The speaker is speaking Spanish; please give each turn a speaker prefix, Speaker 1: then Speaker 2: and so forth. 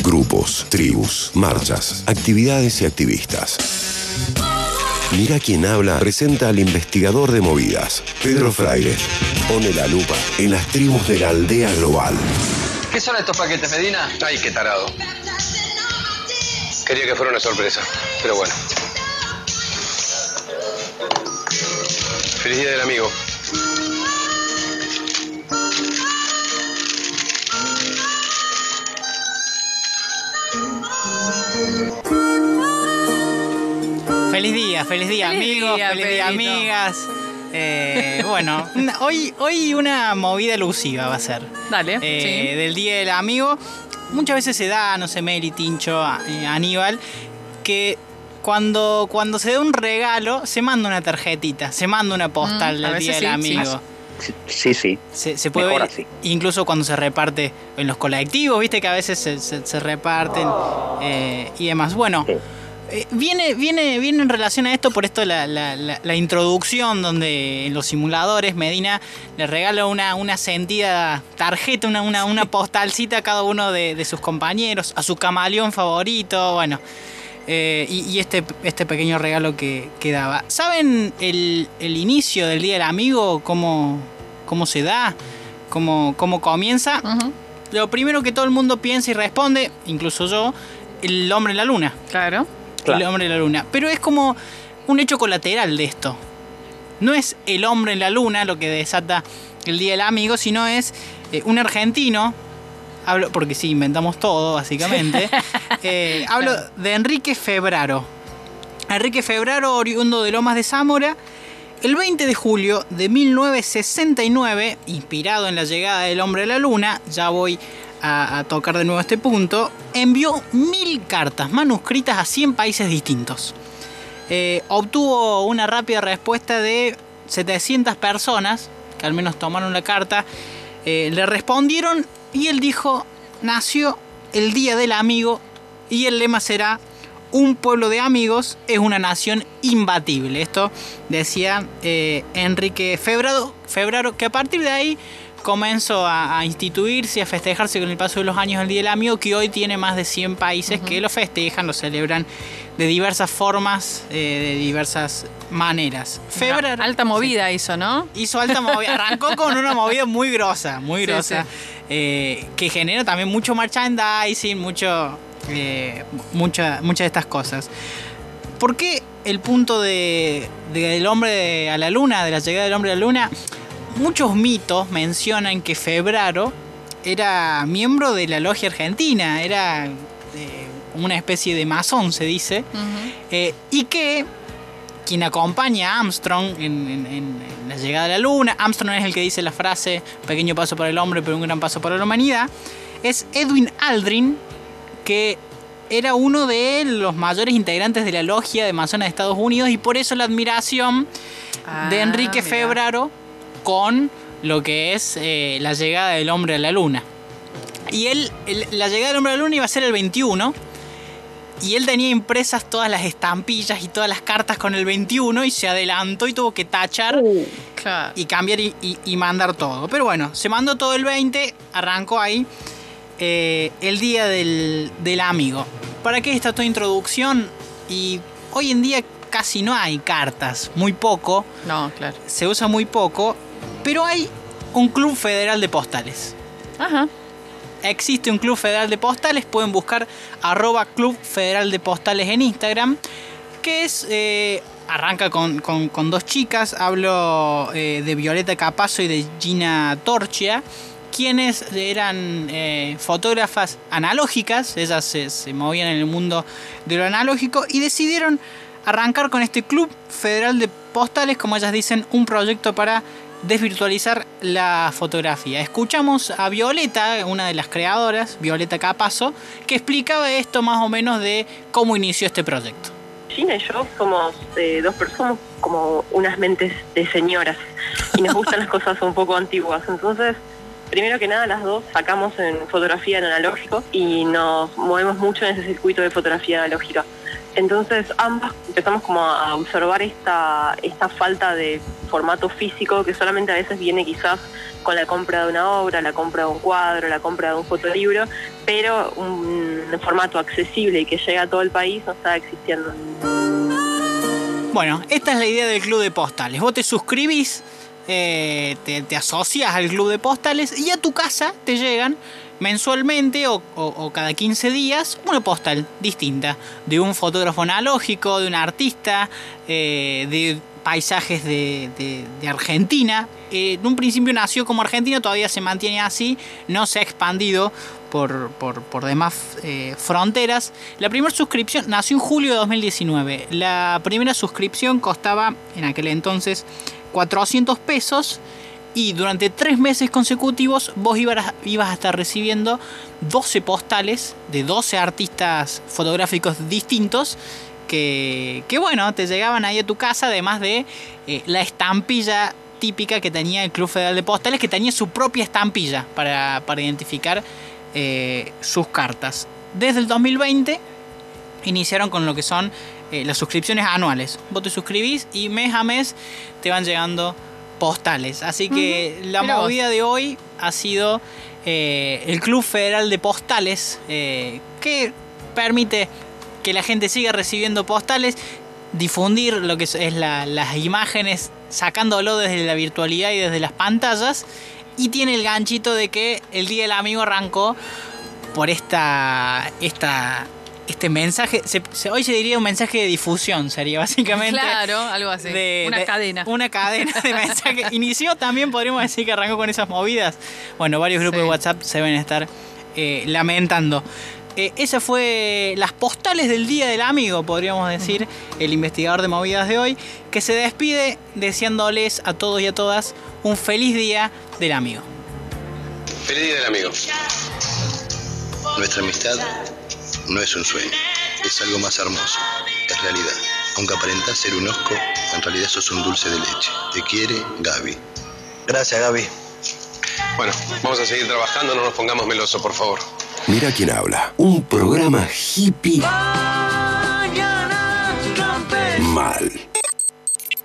Speaker 1: grupos, tribus, marchas, actividades y activistas. Mira quién habla presenta al investigador de movidas, Pedro Fraire. Pone la lupa en las tribus de la aldea global.
Speaker 2: ¿Qué son estos paquetes, Medina? Ay, qué tarado. Quería que fuera una sorpresa, pero bueno. Feliz Día del Amigo.
Speaker 3: Feliz día amigos, feliz día amigas. Bueno, hoy una movida elusiva va a ser.
Speaker 4: Dale,
Speaker 3: sí. Del Día del Amigo. Muchas veces se da, no sé, Meli, Tincho, Aníbal, que cuando se da un regalo, se manda una tarjetita, se manda una postal del Día del Amigo.
Speaker 5: Sí.
Speaker 3: Se puede ver así. Incluso cuando se reparte en los colectivos, viste que a veces se reparten y demás. Bueno, sí. Viene en relación a esto, por esto la introducción donde en los simuladores Medina le regala una sentida tarjeta, una postalcita a cada uno de sus compañeros, a su camaleón favorito, bueno, y este pequeño regalo que daba. ¿Saben el inicio del Día del Amigo? ¿Cómo se da? ¿Cómo comienza? Uh-huh. Lo primero que todo el mundo piensa y responde, incluso yo, el hombre en la luna.
Speaker 4: Claro.
Speaker 3: El hombre en la luna. Pero es como un hecho colateral de esto. No es el hombre en la luna lo que desata el Día del Amigo, sino es un argentino. Hablo, porque sí, inventamos todo, básicamente. Hablo de Enrique Febraro. Enrique Febraro, oriundo de Lomas de Zamora. El 20 de julio de 1969, inspirado en la llegada del hombre a la luna, ya voy a tocar de nuevo este punto, envió 1000 cartas manuscritas a 100 países distintos. Obtuvo una rápida respuesta de 700 personas, que al menos tomaron la carta, le respondieron y él dijo: nació el Día del Amigo y el lema será: un pueblo de amigos es una nación imbatible. Esto decía Enrique Febraro, que a partir de ahí comenzó a instituirse y a festejarse con el paso de los años el Día del Amigo, que hoy tiene más de 100 países que lo festejan, lo celebran de diversas formas, de diversas maneras.
Speaker 4: Febraro, alta movida hizo, ¿no?
Speaker 3: Hizo alta movida, arrancó con una movida muy grosa, que genera también mucho merchandising, muchas de estas cosas. ¿Por qué el punto del hombre a la luna, de la llegada del hombre a la luna? Muchos mitos mencionan que Febraro era miembro de la logia argentina, era una especie de masón, se dice, y que quien acompaña a Armstrong en la llegada a la luna, Armstrong es el que dice la frase: pequeño paso para el hombre, pero un gran paso para la humanidad, es Edwin Aldrin, que era uno de los mayores integrantes de la logia de masones de Estados Unidos, y por eso la admiración de Enrique Febraro con lo que es la llegada del hombre a la luna. Y la llegada del hombre a la luna iba a ser el 21, y él tenía impresas todas las estampillas y todas las cartas con el 21, y se adelantó y tuvo que tachar y cambiar y mandar todo. Pero bueno, se mandó todo el 20, arrancó ahí el Día del Amigo. ¿Para qué está toda introducción? Y hoy en día casi no hay cartas, muy poco.
Speaker 4: No, claro.
Speaker 3: Se usa muy poco, pero hay un club federal de postales.
Speaker 4: Ajá.
Speaker 3: Existe un club federal de postales, pueden buscar @Club Federal de Postales en Instagram, que es arranca con dos chicas. Hablo de Violeta Capazo y de Gina Torchia, quienes eran fotógrafas analógicas. Ellas se movían en el mundo de lo analógico y decidieron arrancar con este Club Federal de Postales, como ellas dicen, un proyecto para desvirtualizar la fotografía. Escuchamos a Violeta, una de las creadoras, Violeta Capazo, que explicaba esto más o menos de cómo inició este proyecto.
Speaker 6: Gina y yo somos dos personas como unas mentes de señoras y nos gustan las cosas un poco antiguas. Entonces, primero que nada, las dos sacamos en fotografía en analógico y nos movemos mucho en ese circuito de fotografía analógica. Entonces ambas empezamos como a observar esta falta de formato físico que solamente a veces viene quizás con la compra de una obra, la compra de un cuadro, la compra de un fotolibro, pero un formato accesible y que llega a todo el país no está existiendo.
Speaker 3: Bueno, esta es la idea del Club de Postales. Vos te suscribís, te asocias al Club de Postales y a tu casa te llegan mensualmente o cada 15 días una postal distinta de un fotógrafo analógico, de un artista, de paisajes de Argentina. En un principio nació como Argentina, todavía se mantiene así, no se ha expandido por demás fronteras. La primera suscripción nació en julio de 2019. La primera suscripción costaba en aquel entonces 400 pesos y durante 3 meses consecutivos vos ibas a estar recibiendo 12 postales de 12 artistas fotográficos distintos que bueno, te llegaban ahí a tu casa, además de la estampilla típica que tenía el Club Federal de Postales, que tenía su propia estampilla para identificar sus cartas. Desde el 2020 iniciaron con lo que son las suscripciones anuales. Vos te suscribís y mes a mes te van llegando postales. Así que la movida de hoy ha sido el Club Federal de Postales, que permite que la gente siga recibiendo postales, difundir lo que es las imágenes, sacándolo desde la virtualidad y desde las pantallas, y tiene el ganchito de que el Día del Amigo arrancó por este mensaje. Hoy se diría un mensaje de difusión, sería básicamente.
Speaker 4: Claro, algo así. Una cadena.
Speaker 3: Una cadena de mensajes. Inició también, podríamos decir que arrancó con esas movidas. Bueno, varios grupos de WhatsApp se deben estar lamentando. Esa fue las postales del Día del Amigo, podríamos decir, el investigador de movidas de hoy, que se despide deseándoles a todos y a todas un feliz Día del Amigo.
Speaker 2: Feliz Día del Amigo.
Speaker 5: Nuestra amistad no es un sueño, es algo más hermoso, es realidad. Aunque aparentás ser un osco, en realidad sos un dulce de leche. Te quiere Gaby. Gracias, Gaby.
Speaker 2: Bueno, vamos a seguir trabajando, no nos pongamos melosos, por favor.
Speaker 1: Mira quién habla. Un programa hippie mal.